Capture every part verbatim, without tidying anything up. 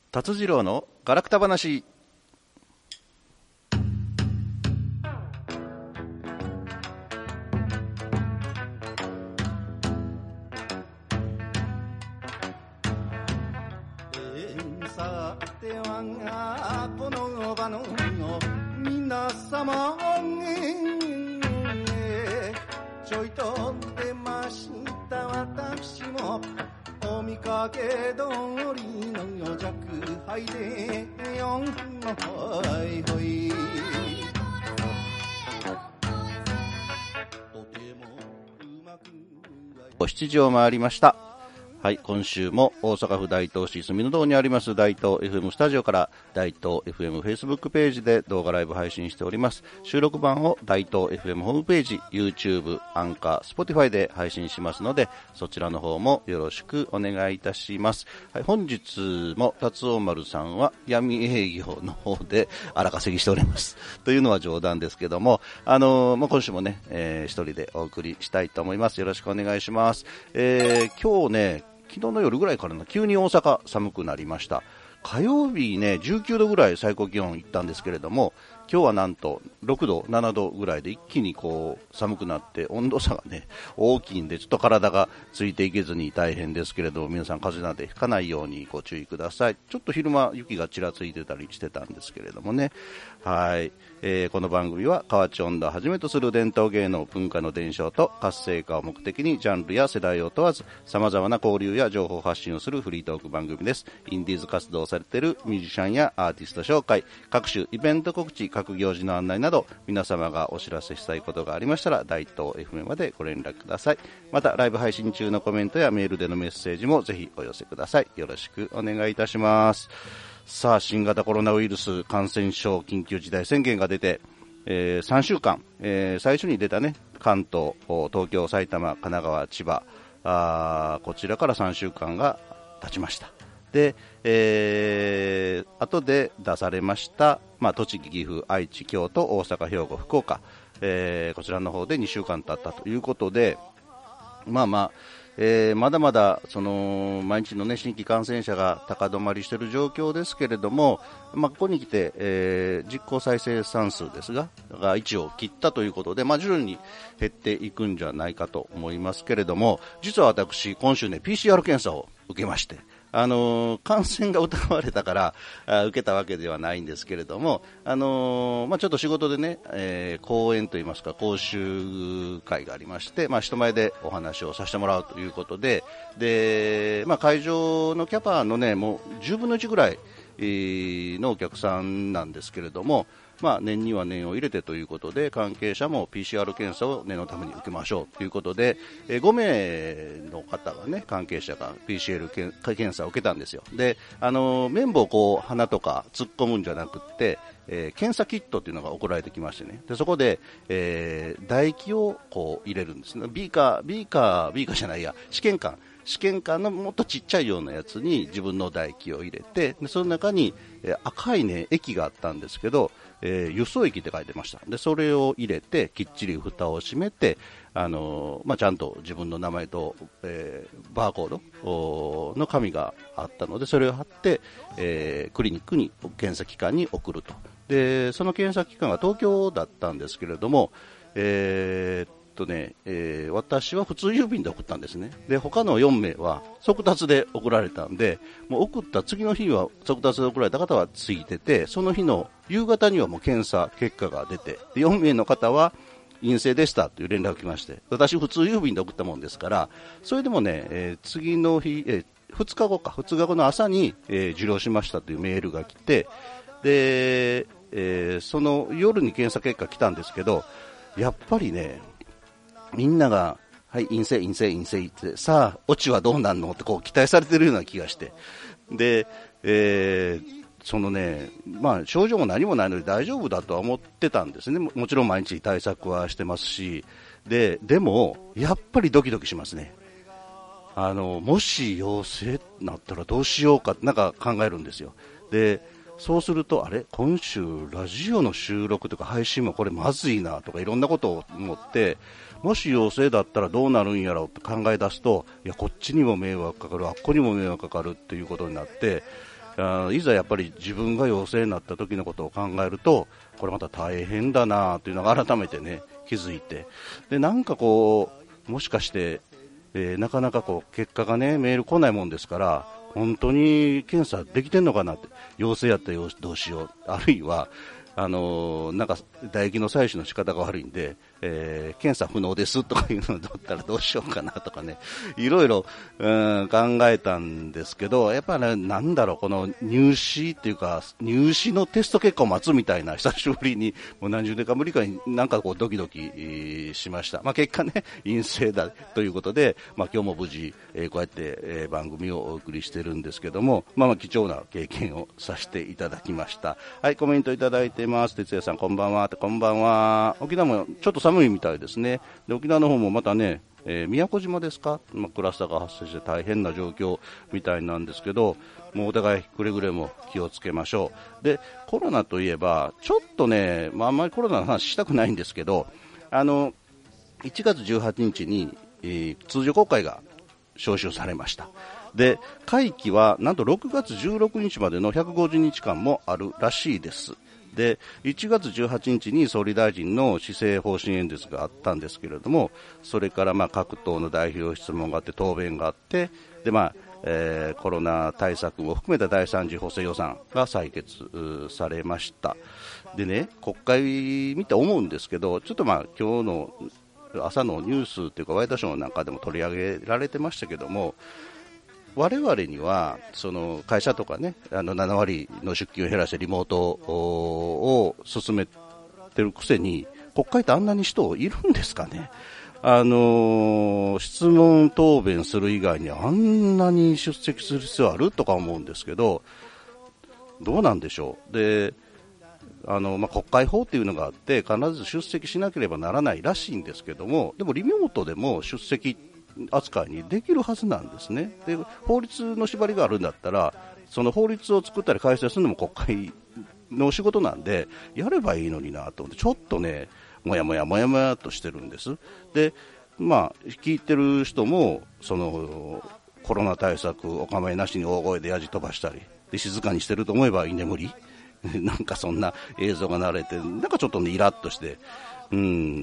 達次郎のガラクタ話。 さてはこの場の皆様ちょいと出ました私もお見かけ通りの弱敗でよんほいほいしちじを回りました。はい、今週も大阪府大東市住の堂にあります大東 エフエム スタジオから大東 エフエム Facebook ページで動画ライブ配信しております。収録版を大東 エフエム ホームページ、YouTube、アンカー、Spotify で配信しますので、そちらの方もよろしくお願いいたします。はい、本日も達夫丸さんは闇営業の方で荒稼ぎしております。というのは冗談ですけども、あのー、まあ、今週もね、えー、一人でお送りしたいと思います。よろしくお願いします。えー、今日ね、昨日の夜ぐらいからの急に大阪寒くなりました。火曜日ねじゅうきゅうどぐらい最高気温いったんですけれども、今日はなんとろくどななどぐらいで一気にこう寒くなって温度差がね大きいんで、ちょっと体がついていけずに大変ですけれども、皆さん風邪なんてひかないようにご注意ください。ちょっと昼間雪がちらついてたりしてたんですけれどもね。はい、えー、この番組は河内音頭をはじめとする伝統芸能文化の伝承と活性化を目的にジャンルや世代を問わず様々な交流や情報発信をするフリートーク番組です。インディーズ活動をされているミュージシャンやアーティスト紹介、各種イベント告知、各行事の案内など皆様がお知らせしたいことがありましたら大東 エフエム までご連絡ください。またライブ配信中のコメントやメールでのメッセージもぜひお寄せください。よろしくお願いいたします。さあ、新型コロナウイルス感染症緊急事態宣言が出て、えー、さんしゅうかん、えー、最初に出たね関東、東京、埼玉、神奈川、千葉、あこちらからさんしゅうかんが経ちました。で、えー、後で出されました、まあ、栃木、岐阜、愛知、京都、大阪、兵庫、福岡、えー、こちらの方でにしゅうかん経ったということで、まあまあ、えー、まだまだその毎日の、ね、新規感染者が高止まりしている状況ですけれども、まあ、ここに来て、えー、実効再生産数ですががいちを切ったということで、まあ、徐々に減っていくんじゃないかと思いますけれども、実は私今週ね ピーシーアール 検査を受けまして、あのー、感染が疑われたからあ受けたわけではないんですけれども、あのーまあ、ちょっと仕事でね、えー、講演といいますか講習会がありまして、まあ、人前でお話をさせてもらうということで、で、まあ、会場のキャパのねもうじゅうぶんのいちぐらいのお客さんなんですけれども、まあ、念には念を入れてということで関係者も ピーシーアール 検査を念のために受けましょうということで、えー、ごめいの方がね関係者が ピーシーアール 検査を受けたんですよ。で、あのー、綿棒をこう鼻とか突っ込むんじゃなくって、えー、検査キットというのが送られてきましてね、でそこで、えー、唾液をこう入れるんですね。ビーカービーカービーカーじゃないや試験管試験管のもっとちっちゃいようなやつに自分の唾液を入れて、でその中に、えー、赤い、ね、液があったんですけど、えー、輸送液って書いてました。でそれを入れてきっちり蓋を閉めて、あのーまあ、ちゃんと自分の名前と、えー、バーコードの紙があったのでそれを貼って、えー、クリニックに検査機関に送ると。でその検査機関が東京だったんですけれども、えーとねえー、私は普通郵便で送ったんですね。で他のよんめいは速達で送られたんで、もう送った次の日は速達で送られた方はついてて、その日の夕方にはもう検査結果が出て、でよんめいの方は陰性でしたという連絡が来まして、私普通郵便で送ったもんですから、それでもね、えー、次の日、えー、ふつかごかふつかごの朝に、えー、受領しましたというメールが来て、で、えー、その夜に検査結果来たんですけど、やっぱりねみんながはい陰性陰性陰性ってさあオチはどうなんのってこう期待されてるような気がして、で、えー、そのねまあ症状も何もないので大丈夫だとは思ってたんですね。 も, もちろん毎日対策はしてますし、ででもやっぱりドキドキしますね。あのもし陽性になったらどうしようかなんか考えるんですよ。でそうするとあれ今週ラジオの収録とか配信もこれまずいなとかいろんなことを思って、もし陽性だったらどうなるんやろうって考え出すと、いやこっちにも迷惑かかるあっこにも迷惑かかるっていうことになって、 あいざやっぱり自分が陽性になった時のことを考えると、これまた大変だなというのが改めてね気づいて、でなんかこうもしかして、えー、なかなかこう結果がねメール来ないもんですから、本当に検査できてんのかなって、陽性やったらどうしよう、あるいはあのー、なんか唾液の採取の仕方が悪いんで、えー、検査不能ですとかいうのだったらどうしようかなとかね、いろいろ、うん、考えたんですけど、やっぱり、ね、なんだろう、この入試っていうか入試のテスト結果を待つみたいな、久しぶりにもう何十年かぶりかになんかこうドキドキしました。まあ、結果ね陰性だということで、まあ、今日も無事、えー、こうやって、えー、番組をお送りしてるんですけども、まあ、まあ貴重な経験をさせていただきました。はい、コメントいただいてます。哲也さんこんばんはって、こんばんは。沖縄もちょっと寒いみたいですね。で沖縄の方もまたね、えー、宮古島ですか、まあ、クラスターが発生して大変な状況みたいなんですけど、もうお互いくれぐれも気をつけましょう。でコロナといえばちょっとね、まあ、あんまりコロナの話したくないんですけど、あのいちがつじゅうはちにちに、えー、通常国会が召集されました。で会期はなんとろくがつじゅうろくにちまでのひゃくごじゅうにちかんもあるらしいです。でいちがつじゅうはちにちに総理大臣の施政方針演説があったんですけれども、それからまあ各党の代表質問があって答弁があって、で、まあえー、コロナ対策も含めただいさん次補正予算が採決されました。でね、国会見て思うんですけど、ちょっとまあ今日の朝のニュースというかワイドショーなんかでも取り上げられてましたけども、我々にはその会社とかね、あのななわりの出勤を減らしてリモートを進めてるくせに、国会ってあんなに人いるんですかね。あの質問答弁する以外にあんなに出席する必要あるとか思うんですけど、どうなんでしょう。であの、まあ、国会法っていうのがあって必ず出席しなければならないらしいんですけども、でもリモートでも出席扱いにできるはずなんですね。で法律の縛りがあるんだったら、その法律を作ったり改正するのも国会の仕事なんでやればいいのになと思って、ちょっとねもやもやもやもやとしてるんです。でまあ聞いてる人もそのコロナ対策お構いなしに大声でやじ飛ばしたりで、静かにしてると思えば居眠りなんかそんな映像が流れて、なんかちょっとねイラッとして、うん、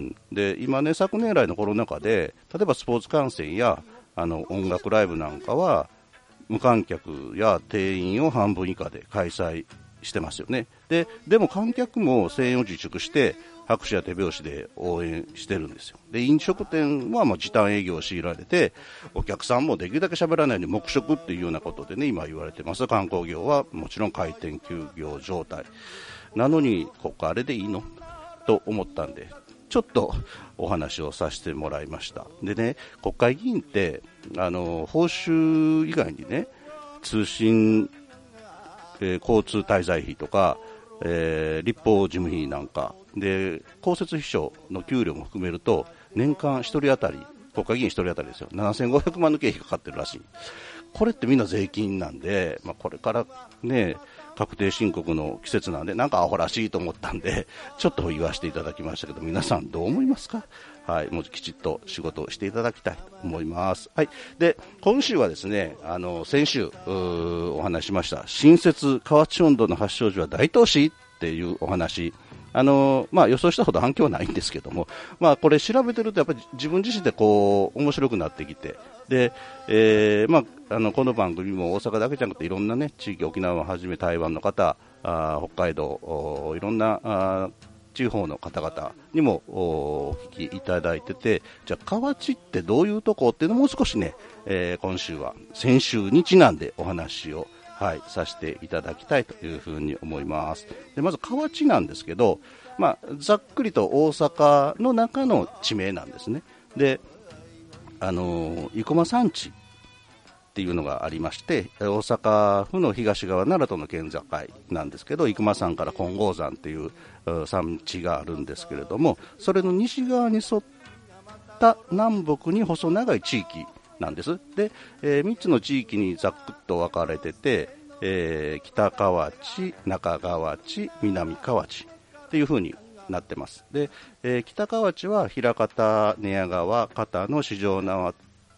で今ね、昨年来のコロナ禍で例えばスポーツ観戦やあの音楽ライブなんかは無観客や定員を半分以下で開催してますよね。ででも観客も声援を自粛して拍手や手拍子で応援してるんですよ。で飲食店はまあ時短営業を強いられて、お客さんもできるだけ喋らないように黙食っていうようなことでね今言われてます。観光業はもちろん開店休業状態なのに、ここあれでいいのと思ったんで、ちょっとお話をさせてもらいました。でね、国会議員ってあの報酬以外にね、通信、えー、交通滞在費とか、えー、立法事務費なんかで公設秘書の給料も含めると年間ひとり当たり、国会議員ひとり当たりですよ、ななせんごひゃくまんの経費がかかってるらしい。これってみんな税金なんで、まあ、これからね確定申告の季節なんでなんかアホらしいと思ったんでちょっと言わせていただきましたけど、皆さんどう思いますか。はい、もうきちっと仕事をしていただきたいと思います。はい、で今週はですね、あの先週お話しました新設河内音頭の発祥時は大東市っていうお話、あのまあ、予想したほど反響はないんですけども、まあ、これ調べてるとやっぱり自分自身でこう面白くなってきて、で、えーまあ、あのこの番組も大阪だけじゃなくていろんな、ね、地域、沖縄をはじめ台湾の方、あ北海道、いろんなあ地方の方々にもお聞きいただいてて、じゃあ河内ってどういうとこっていうのをもう少しね、えー、今週は先週にちなんでお話をはい、させていただきたいというふうに思います。でまず河内なんですけど、まあ、ざっくりと大阪の中の地名なんですね。で、あの生駒山地っていうのがありまして、大阪府の東側奈良との県境なんですけど、生駒山から金剛山っていう山地があるんですけれども、それの西側に沿った南北に細長い地域なんです。で、えー、みっつの地域にざっくっと分かれてて、えー、北河内、中河内、南河内っていう風になってます。で、えー、北河内は枚方、寝屋川、片野、四条畷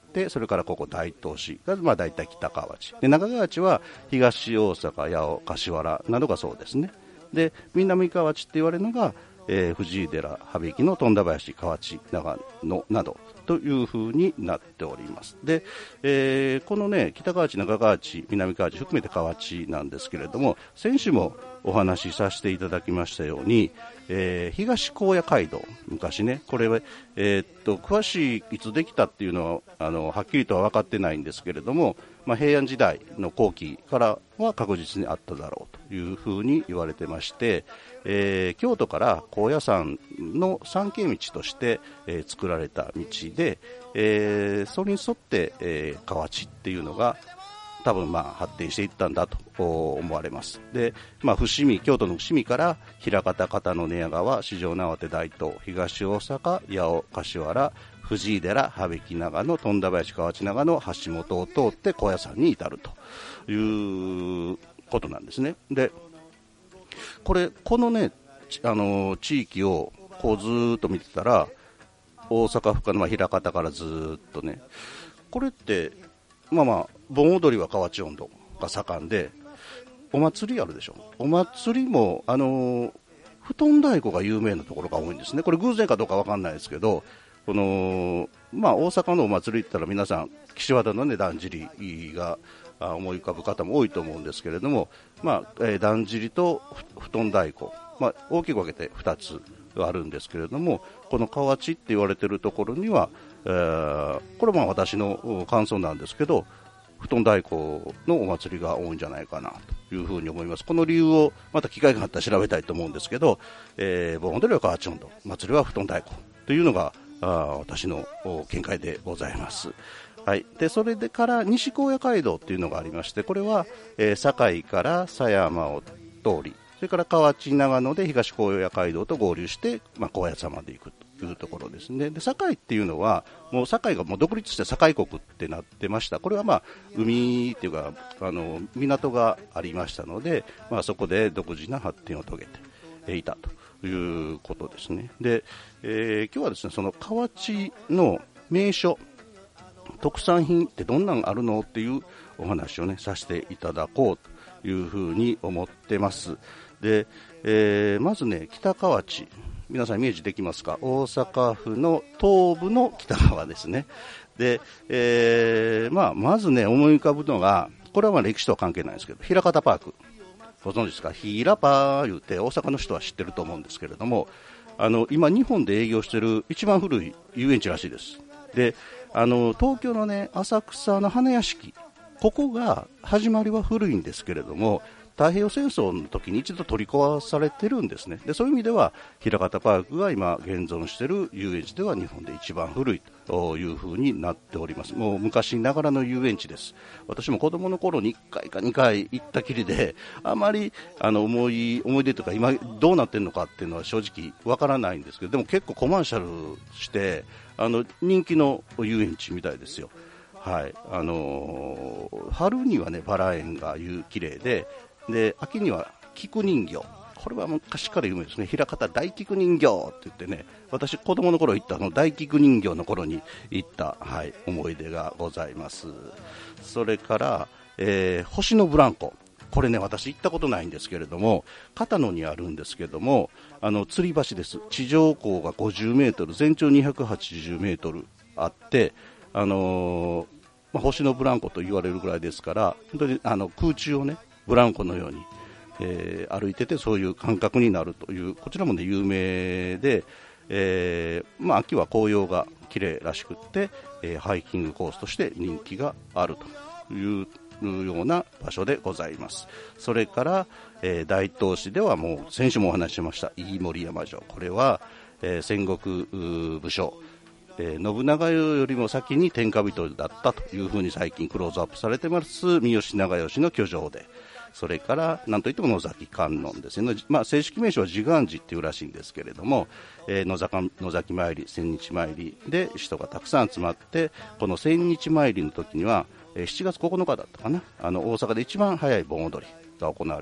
て、それからここ大東市が、まあ、大体北河内で、中河内は東大阪、八尾、柏原などがそうですね。で南河内って言われるのが、えー、藤井寺、羽曳野、富田林、河内、長野などという風になっております。で、えー、このね、北河内、中河内、南河内含めて河内なんですけれども、先週もお話しさせていただきましたように、えー、東高野街道、昔ね、これは、えー、っと詳しいいつできたっていうのはあのはっきりとは分かってないんですけれども、まあ、平安時代の後期からは確実にあっただろうというふうに言われてまして、えー、京都から高野山の参詣道として、えー、作られた道で、えー、それに沿って、えー、河内っていうのが多分まあ発展していったんだと思われます。で、まあ、伏見、京都の伏見から枚方、片野、寝屋川、四条畷、大東、東大阪、八尾、柏原、藤井寺、羽曳長野、富田林、河内長野、橋本を通って高野山に至るということなんですね。で、これこのね、あの地域をこうずーっと見てたら、大阪府からまあ枚方からずーっとね、これってまあまあ盆踊りは河内音頭が盛んで、お祭りあるでしょ。お祭りもあの布団太鼓が有名なところが多いんですね。これ偶然かどうかわかんないですけど、このまあ大阪のお祭りって言ったら皆さん岸和田のね、だんじりが思い浮かぶ方も多いと思うんですけれども、まあえー、だんじりと布団太鼓、まあ、大きく分けてふたつあるんですけれども、この河内って言われているところには、えー、これはまあ私の感想なんですけど、布団太鼓のお祭りが多いんじゃないかなというふうに思います。この理由をまた機会があったら調べたいと思うんですけど、えー、盆踊りは河内音頭、祭りは布団太鼓というのがあ私の見解でございます。はい、でそれでから西高野街道というのがありまして、これは、えー、堺から狭山を通り、それから河内長野で東高野街道と合流して、まあ、高野山まで行くというところですね。で堺っていうのはもう堺がもう独立して堺国ってなってました。これはまあ海っていうかあの港がありましたので、まあ、そこで独自な発展を遂げていたということですね。で、えー、今日はですね、その河内の名所、特産品ってどんなのあるのっていうお話をねさせていただこうというふうに思ってます。で、えー、まずね、北河内、皆さんイメージできますか？大阪府の東部の北側ですね。で、えーまあ、まずね思い浮かぶのが、これはまあ歴史とは関係ないんですけど、枚方パーク、ご存知ですか？ひらパー言うて大阪の人は知ってると思うんですけれども、あの今日本で営業している一番古い遊園地らしいです。で、あの東京のね浅草の花屋敷、ここが始まりは古いんですけれども、太平洋戦争の時に一度取り壊されてるんですね。でそういう意味では枚方パークが今現存している遊園地では日本で一番古いという風になっております。もう昔ながらの遊園地です。私も子供の頃にいっかいかにかい行ったきりで、あまりあの思い思い出とか今どうなってるのかっていうのは正直わからないんですけど、でも結構コマーシャルしてあの人気の遊園地みたいですよ。はい、あのー、春にはねバラ園が綺麗で、で秋には菊人形、これは昔から有名ですね。枚方大菊人形って言ってね、私子供の頃行ったの大菊人形の頃に行った、はい、思い出がございます。それから、えー、星のブランコ、これね私行ったことないんですけれども、片野にあるんですけども、あの吊り橋です。地上高がごじゅうメートル、全長にひゃくはちじゅうメートルあって、あのーまあ、星のブランコと言われるぐらいですから、本当にあの空中をねブランコのように、えー、歩いててそういう感覚になるという、こちらもね有名で、えーまあ、秋は紅葉が綺麗らしくって、えー、ハイキングコースとして人気があるというような場所でございます。それから、えー、大東市ではもう先週もお話ししました飯盛山城、これは、えー、戦国武将、えー、信長よりも先に天下人だったというふうに最近クローズアップされてます三好長慶の居城で、それからなんといっても野崎観音ですね、まあ、正式名称は自願寺っていうらしいんですけれども、えー、野崎、野崎参り、千日参りで人がたくさん集まって、この千日参りの時には、えー、しちがつここのかだったかな、あの大阪で一番早い盆踊りが行われる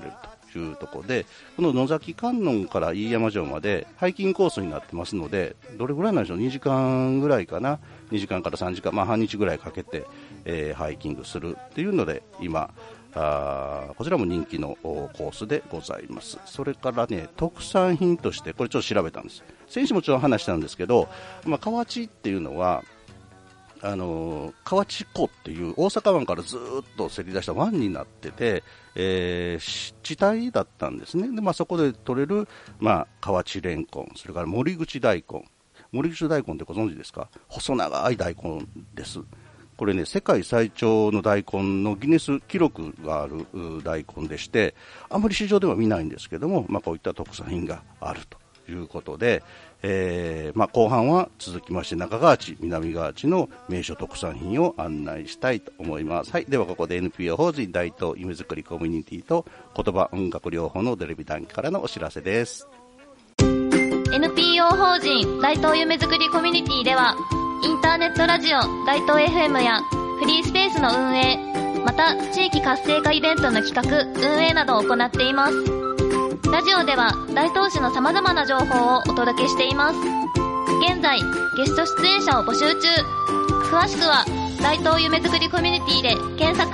いうところで、この野崎観音から飯山城までハイキングコースになってますので、どれぐらいなんでしょう、にじかんぐらいかな、にじかんからさんじかん、まあ、半日ぐらいかけて、えー、ハイキングするっていうので、今あこちらも人気のコースでございます。それからね、特産品としてこれちょっと調べたんです。先週もちろん話したんですけど、まあ、河内っていうのはあのー、河内湖っていう大阪湾からずっとせり出した湾になってて、えー、地帯だったんですね。で、まあ、そこで取れる、まあ、河内レンコン、それから森口大根。森口大根ってご存知ですか？細長い大根です。これね、世界最長の大根のギネス記録がある大根でして、あまり市場では見ないんですけども、まあ、こういった特産品があるということで、えーまあ、後半は続きまして中川内、南川内の名所特産品を案内したいと思います。はい、ではここで エヌピーオー 法人大東夢づくりコミュニティと言葉音楽療法のテレビ団からのお知らせです。 エヌピーオー 法人大東夢づくりコミュニティではインターネットラジオ大東 エフエム やフリースペースの運営、また地域活性化イベントの企画・運営などを行っています。ラジオでは大東市の様々な情報をお届けしています。現在ゲスト出演者を募集中。詳しくは大東夢づくりコミュニティで検索。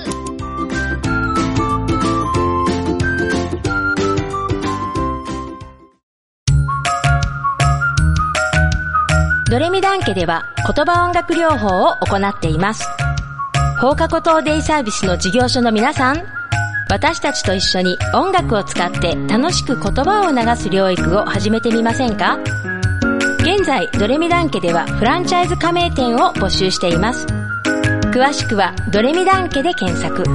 ドレミダン家では言葉音楽療法を行っています。放課後等デイサービスの事業所の皆さん、私たちと一緒に音楽を使って楽しく言葉を流す療育を始めてみませんか？現在ドレミダン家ではフランチャイズ加盟店を募集しています。詳しくはドレミダン家で検索。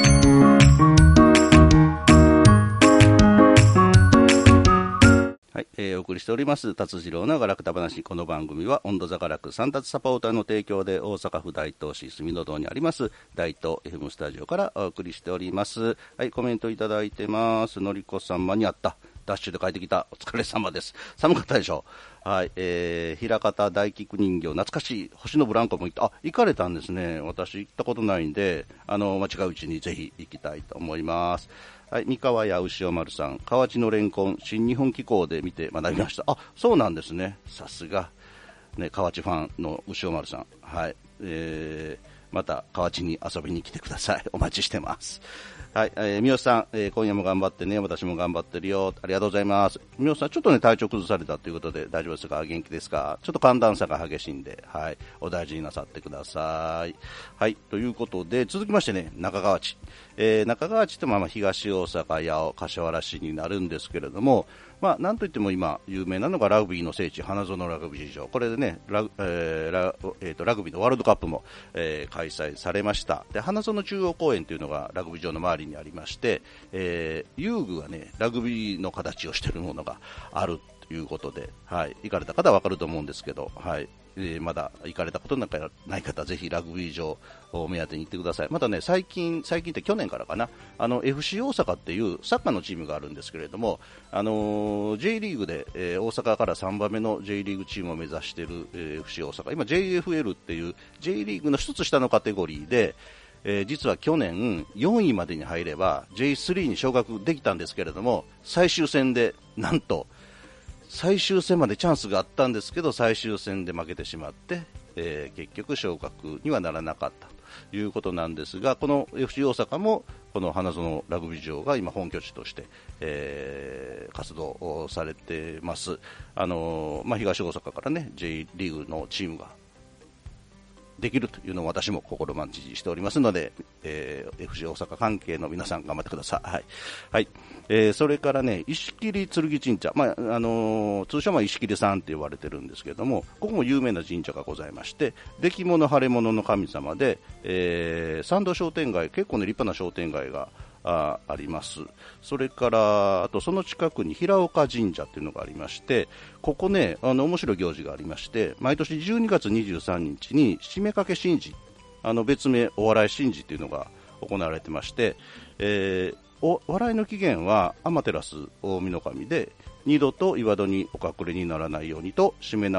はい、えー、お送りしております達次郎のガラクタ話。この番組は温度座ガラク三達サポーターの提供で大阪府大東市住の堂にあります大東 エフエム スタジオからお送りしております。はい、コメントいただいてます。のりこさん、間に合った、ダッシュで帰ってきた、お疲れ様です。寒かったでしょ。はい、えー、枚方大菊人形、懐かしい星のブランコも行った。あ、行かれたんですね。私行ったことないんで、あの間違ううちにぜひ行きたいと思います。はい、三河屋牛尾丸さん、河内のレンコン新日本機構で見て学びました。あ、そうなんですね。さすが、ね、河内ファンの牛尾丸さん。はい、えー、また河内に遊びに来てください。お待ちしてます。はい、えー、三好さん、えー、今夜も頑張ってね。私も頑張ってるよ。ありがとうございます。三好さん、ちょっとね、体調崩されたということで大丈夫ですか？元気ですか？ちょっと寒暖差が激しいんで、はい、お大事になさってください。はい、ということで、続きましてね、中川内。えー、中川内ってまあ東大阪、八尾、柏原市になるんですけれども、まあ、なんといっても今有名なのがラグビーの聖地花園ラグビー場。これでね ラ,、えー ラ, えー、とラグビーのワールドカップも、えー、開催されました。で、花園中央公園というのがラグビー場の周りにありまして、えー、遊具がねラグビーの形をしているものがあるということで、はい、行かれた方はわかると思うんですけど、はい、えー、まだ行かれたことなんかない方はぜひラグビー場を目当てに行ってください。またね、最近最近って去年からかな、あの エフシー 大阪っていうサッカーのチームがあるんですけれども、あのー、J リーグで、えー、大阪からさんばんめの J リーグチームを目指している、えー、エフシー 大阪、今 ジェイエフエル っていう J リーグの一つ下のカテゴリーで、えー、実は去年よんいまでに入れば ジェイスリー に昇格できたんですけれども、最終戦でなんと最終戦までチャンスがあったんですけど、最終戦で負けてしまって、えー、結局昇格にはならなかったということなんですが、この エフシー 大阪もこの花園ラグビー場が今本拠地として、えー、活動をされてます。あのーまあ、東大阪からね J リーグのチームができるというのを私も心待ちしておりますので、えー、エフシー 大阪関係の皆さん頑張ってください。はい、はい、えー、それからね、石切剣神社、まああのー、通称は石切さんって言われてるんですけれども、ここも有名な神社がございまして、出来物晴れ物の神様で、えー、参道商店街、結構ね立派な商店街があ, あります。それからあとその近くに平岡神社っていうのがありまして、ここねあの面白い行事がありまして、毎年じゅうにがつにじゅうさんにちに締めかけ神事、あの別名お笑い神事っていうのが行われてまして、えー、お笑いの起源は天照大御神で、二度と岩戸にお隠れにならないようにとしめ縄を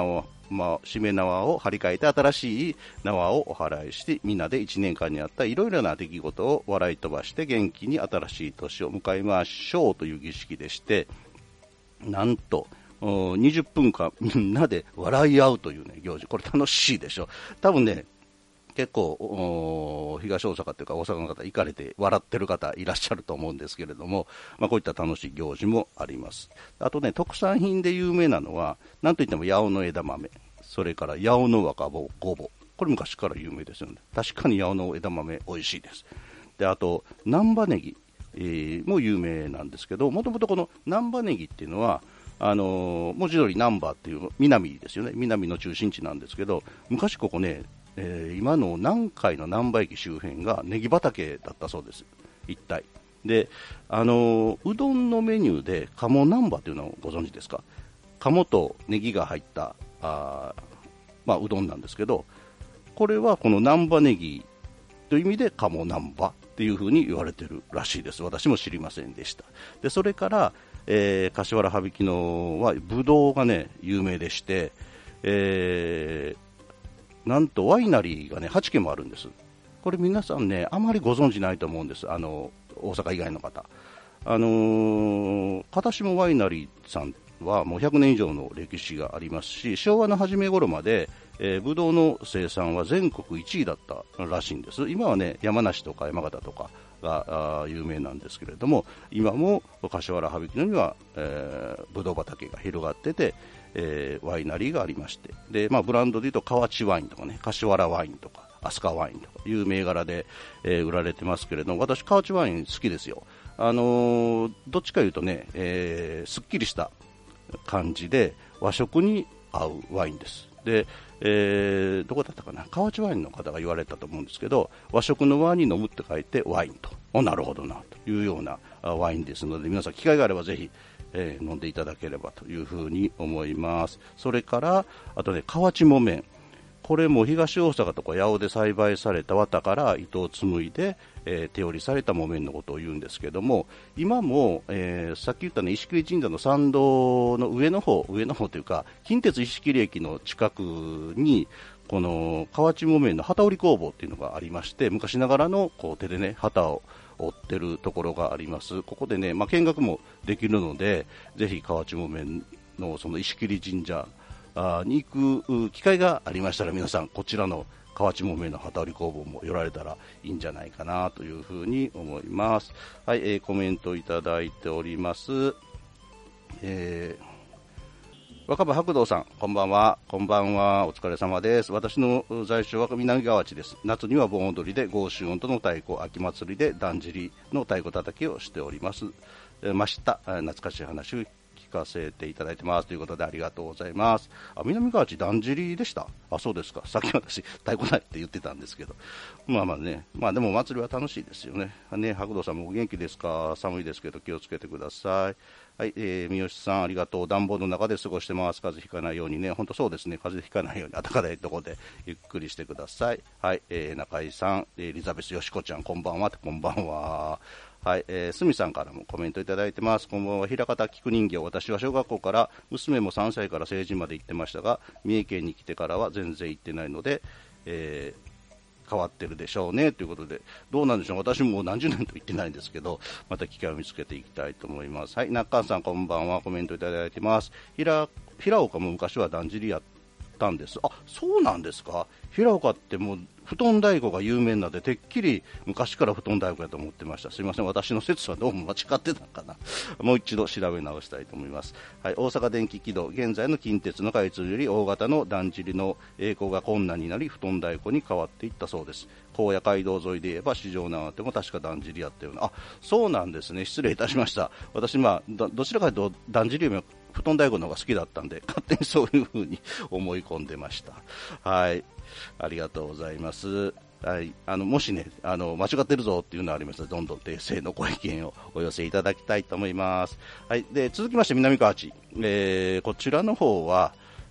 まあ、しめ縄を張り替えて新しい縄をお祓いして、みんなでいちねんかんにあったいろいろな出来事を笑い飛ばして元気に新しい年を迎えましょうという儀式でして、なんとにじゅっぷんかんみんなで笑い合うという、ね、行事、これ楽しいでしょ。多分ね、結構東大阪というか大阪の方行かれて笑ってる方いらっしゃると思うんですけれども、まあ、こういった楽しい行事もあります。あとね、特産品で有名なのはなんといっても八尾の枝豆、それから八尾の若ぼごぼ、これ昔から有名ですよね。確かに八尾の枝豆美味しいです。で、あと難波ネギ、えー、も有名なんですけど、もともとこの難波ネギっていうのはあのー、文字通り難波っていう南ですよね。南の中心地なんですけど、昔ここね、えー、今の南海の難波駅周辺がネギ畑だったそうです、一帯で。あのー、うどんのメニューで鴨難波というのをご存知ですか。鴨とネギが入ったあ、まあ、うどんなんですけど、これはこの難波ネギという意味で鴨難波っていう風に言われてるらしいです。私も知りませんでした。で、それから、えー、柏原羽曳野はぶどうがね有名でして、えーなんとワイナリーがねはちけんもあるんです。これ皆さんねあまりご存知ないと思うんです。あの大阪以外の方、あのー、片下ワイナリーさんはもうひゃくねん以上の歴史がありますし、昭和の初め頃まで、えー、ブドウの生産は全国いちいだったらしいんです。今はね山梨とか山形とかが有名なんですけれども、今も柏原羽曳野には、えー、ブドウ畑が広がってて、えー、ワイナリーがありまして、で、まあ、ブランドでいうと河内ワインとかね、柏原ワインとか飛鳥ワインとかいう銘柄で、えー、売られてますけれども、私河内ワイン好きですよ。あのー、どっちかいうとね、えー、すっきりした感じで和食に合うワインです。で、えー、どこだったかな、河内ワインの方が言われたと思うんですけど、和食の和に飲むって書いてワインと、お、なるほどなというようなワインですので、皆さん機会があればぜひ、えー、飲んでいただければというふうに思います。それからあとね、河内木綿、これも東大阪とか八尾で栽培された綿から糸を紡いで、えー、手織りされた木綿のことを言うんですけども、今も、えー、さっき言ったね石切神社の参道の上の方上の方というか近鉄石切駅の近くにこの河内木綿の機織り工房っていうのがありまして、昔ながらのこう手でね機を織ってるところがあります。ここでね、まあ、見学もできるので、ぜひ河内木綿のその石切神社に行く機会がありましたら、皆さんこちらの河内木綿の機織り工房も寄られたらいいんじゃないかなというふうに思います。はい、えー、コメントいただいております。えー若葉白道さん、こんばんは。こんばんは。お疲れ様です。私の在所は南河内です。夏には盆踊りで豪州音との太鼓、秋祭りでだんじりの太鼓叩きをしております。えー、ました。懐かしい話を聞かせていただいてますということでありがとうございます。あ、南河内だんじりでした。あ、そうですか。さっき私太鼓ないって言ってたんですけど、まあまあね、まあでも祭りは楽しいですよね。ね、白道さんもお元気ですか。寒いですけど気をつけてください。はい、えー、三好さんありがとう。暖房の中で過ごしてます。風邪ひかないようにね。本当そうですね。風邪ひかないように暖かいところでゆっくりしてください。はい、えー、中井さん、エリザベスよしこちゃんこんばんは。こんばんは。はい、えー、すみさんからもコメントいただいてます。こんばんは。平方菊人形。私は小学校から娘もさんさいから成人まで行ってましたが、三重県に来てからは全然行ってないので、えー変わってるでしょうねということで、どうなんでしょう。私も何十年と言ってないんですけど、また機会を見つけていきたいと思います。はい、中川さんこんばんは。コメントいただいてます。平平岡も昔はだんじりやったんです。あ、そうなんですか。平岡ってもう布団太鼓が有名なので、てっきり昔から布団太鼓やと思ってました。すいません、私の説はどうも間違ってたかな。もう一度調べ直したいと思います。はい、大阪電気軌道、現在の近鉄の開通より大型のだんじりの曳行が困難になり、布団太鼓に変わっていったそうです。高野街道沿いで言えば四条縄手も確かだんじりやったような。あ、そうなんですね。失礼いたしました。私、まあ、ど, どちらかというとだんじりよりも布団太鼓の方が好きだったんで、勝手にそういう風に思い込んでました。はい、ありがとうございます。はい、あのもしねあの間違ってるぞっていうのがありましたら、どんどん訂正のご意見をお寄せいただきたいと思います。はい、で続きまして南河内、えー、こちらの方は、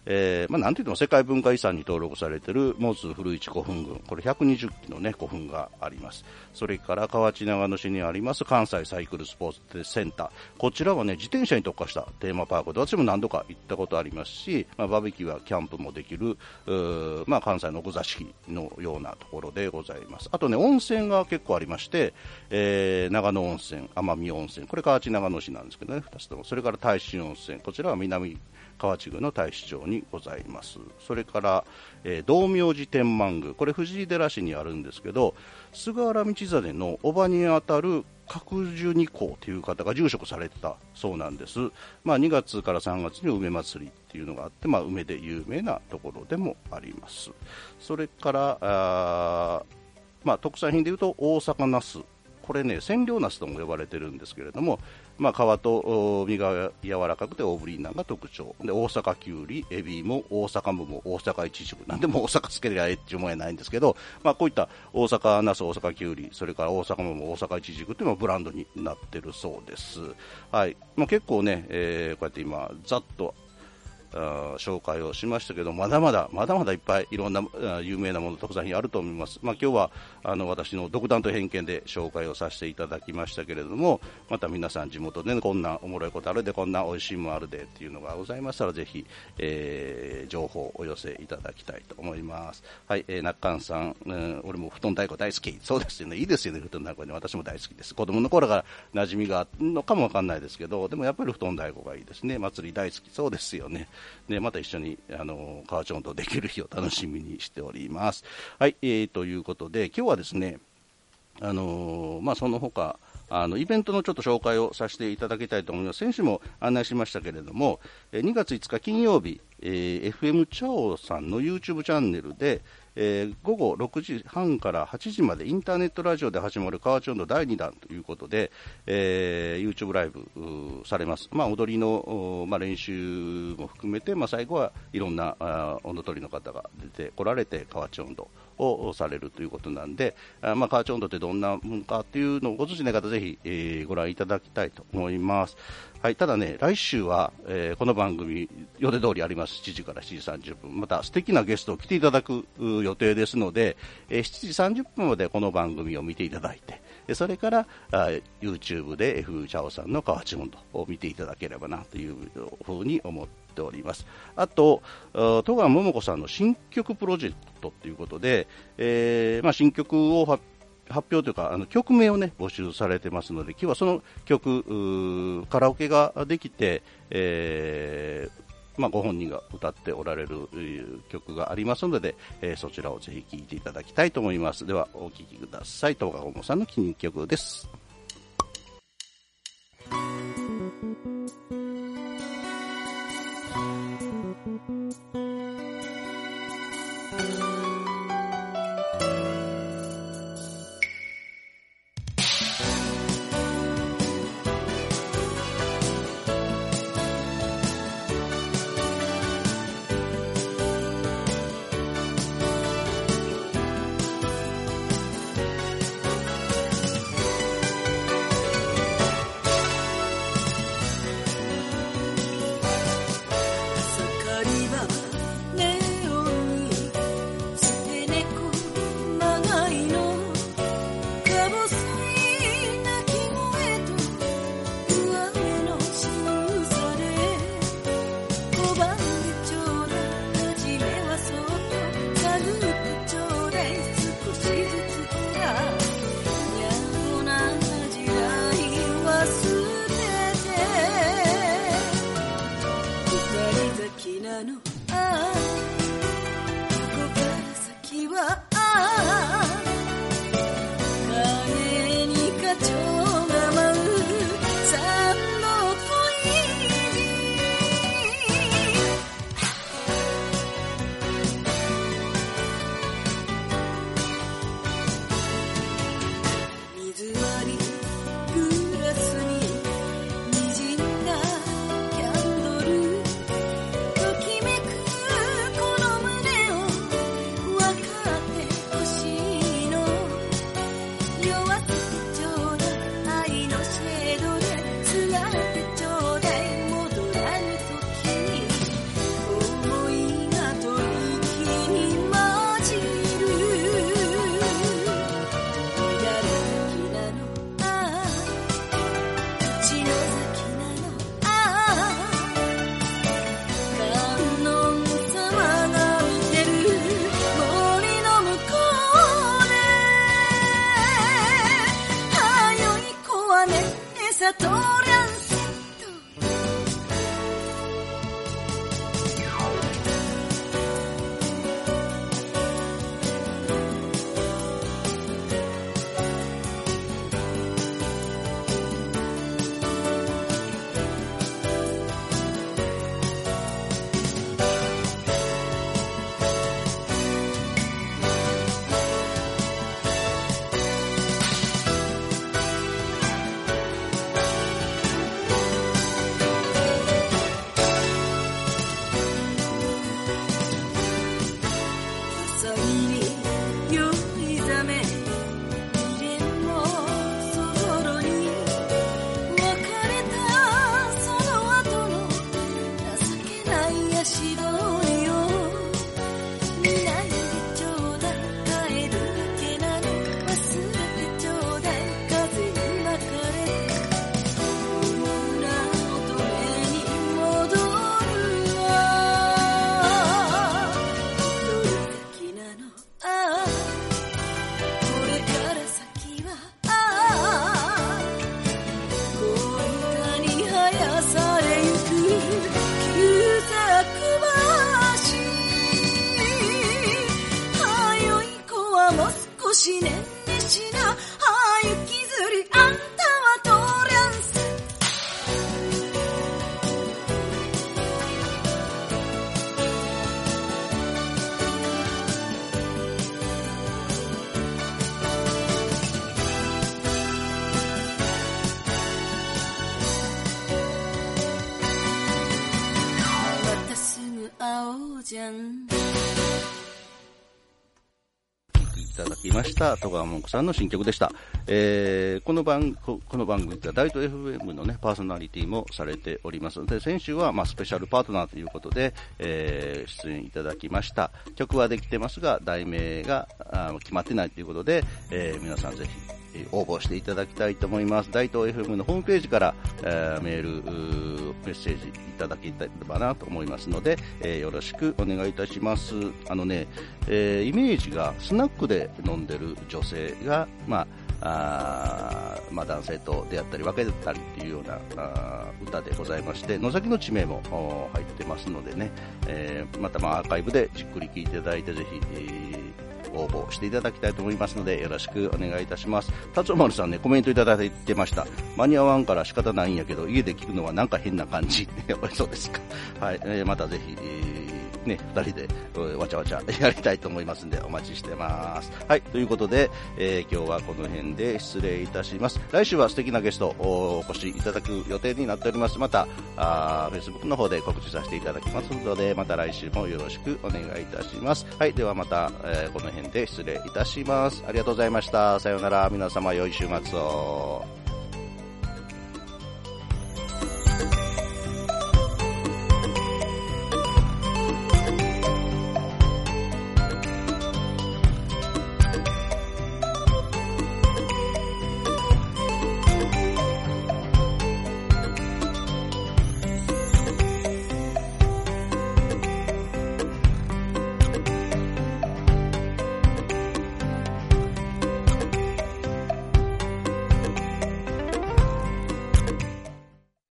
えー、まあなんといっても世界文化遺産に登録されているモズ古市古墳群、これひゃくにじゅっきのね、古墳があります。それから河内長野市にあります関西サイクルスポーツセンター。こちらはね、自転車に特化したテーマパークで、私も何度か行ったことありますし、まあ、バーベキューやキャンプもできる、うまあ関西の奥座敷のようなところでございます。あとね、温泉が結構ありまして、えー、長野温泉、奄美温泉、これ河内長野市なんですけどね、ふたつとも。それから大使温泉、こちらは南河内郡の大使町にございます。それから、えー、道明寺天満宮、これ藤井寺市にあるんですけど、菅原道真の叔母にあたる角樹二公という方が住職されてたそうなんです。まあ、にがつからさんがつに梅祭りっていうのがあって、まあ、梅で有名なところでもあります。それからあ、まあ、特産品でいうと大阪ナス、これね、千両ナスとも呼ばれてるんですけれども、まあ、皮と身が柔らかくて大ぶりなのが特徴で、大阪きゅうり、エビも大阪桃、大阪いちじく、なんでも大阪つけりゃええっていうもんやないんですけど、まあ、こういった大阪ナス、大阪きゅうり、それから大阪桃、大阪いちじくというのがブランドになってるそうです。はい。まあ、結構ね、えー、こうやって今ざっとあ紹介をしましたけど、まだまだまだまだいっぱいいろんな有名なもの、特産品あると思います。まあ、今日はあの私の独断と偏見で紹介をさせていただきましたけれども、また皆さん地元で、ね、こんなおもろいことあるで、こんな美味しいもんあるでっていうのがございましたら、ぜひ、えー、情報をお寄せいただきたいと思います。はい、えー、中菅さん、うん、俺も布団太鼓大好き。そうですよね、いいですよね、布団太鼓ね。私も大好きです。子供の頃から馴染みがあるのかもわかんないですけど、でもやっぱり布団太鼓がいいですね。祭り大好き。そうですよね。ね、また一緒にあの河内音頭できる日を楽しみにしております。はい、えー、ということで今日はですね、あのー、まあその他あのイベントのちょっと紹介をさせていただきたいと思います。先週も案内しましたけれども、にがついつか金曜日、えー、エフエム チャオさんの YouTube チャンネルで、えー、午後ろくじはんからはちじまでインターネットラジオで始まる河内音頭だいにだんということで、えー、YouTube ライブされます。まあ、踊りの、まあ、練習も含めて、まあ、最後はいろんな音頭取りの方が出てこられて河内音頭をされるということなんで、あまあ、河内音頭ってどんなもんかっていうのをご存知ない方ぜひ、えー、ご覧いただきたいと思います。はい、ただね、来週は、えー、この番組予定通りあります。しちじからしちじさんじゅっぷん、また素敵なゲストを来ていただく予定ですので、えー、しちじさんじゅっぷんまでこの番組を見ていただいて、それからあ YouTube で エフ チャオさんの河内音頭を見ていただければなというふうに思っております。あと、戸川桃子さんの新曲プロジェクトということで、えーまあ、新曲を発表発表というかあの曲名を、ね、募集されてますので、今日はその曲カラオケができて、えーまあ、ご本人が歌っておられる曲がありますので、えー、そちらをぜひ聴いていただきたいと思います。ではお聴きください。戸川桃さんの新曲です。 いただきました戸川もんこさんの新曲でした。えー、この番この番組では大東 エフエム のねパーソナリティもされておりますので、先週はまあスペシャルパートナーということで、えー、出演いただきました。曲はできてますが題名があ決まってないということで、えー、皆さんぜひ応募していただきたいと思います。大東 エフエム のホームページから、えー、メールメッセージいただければなと思いますので、えー、よろしくお願いいたします。あのね、えー、イメージがスナックで飲んでる女性が、まああまあ、男性と出会ったり別れたりっていうようなあ歌でございまして、野崎の地名も入ってますのでね、えー、またまあアーカイブでじっくり聴いていただいて、ぜひ、えー応募していただきたいと思いますのでよろしくお願いいたします。達夫丸さんね、コメントいただいてました。間に合わんから仕方ないんやけど家で聞くのはなんか変な感じそうですか。はい、えー、またぜひ、えー、ねふたりでわちゃわちゃやりたいと思いますのでお待ちしてます。はい、ということで、えー、今日はこの辺で失礼いたします。来週は素敵なゲストお越しいただく予定になっております。またあ Facebook の方で告知させていただきますので、また来週もよろしくお願いいたします。はい、ではまた、えー、この辺で失礼いたします。ありがとうございました。さようなら。皆様良い週末を。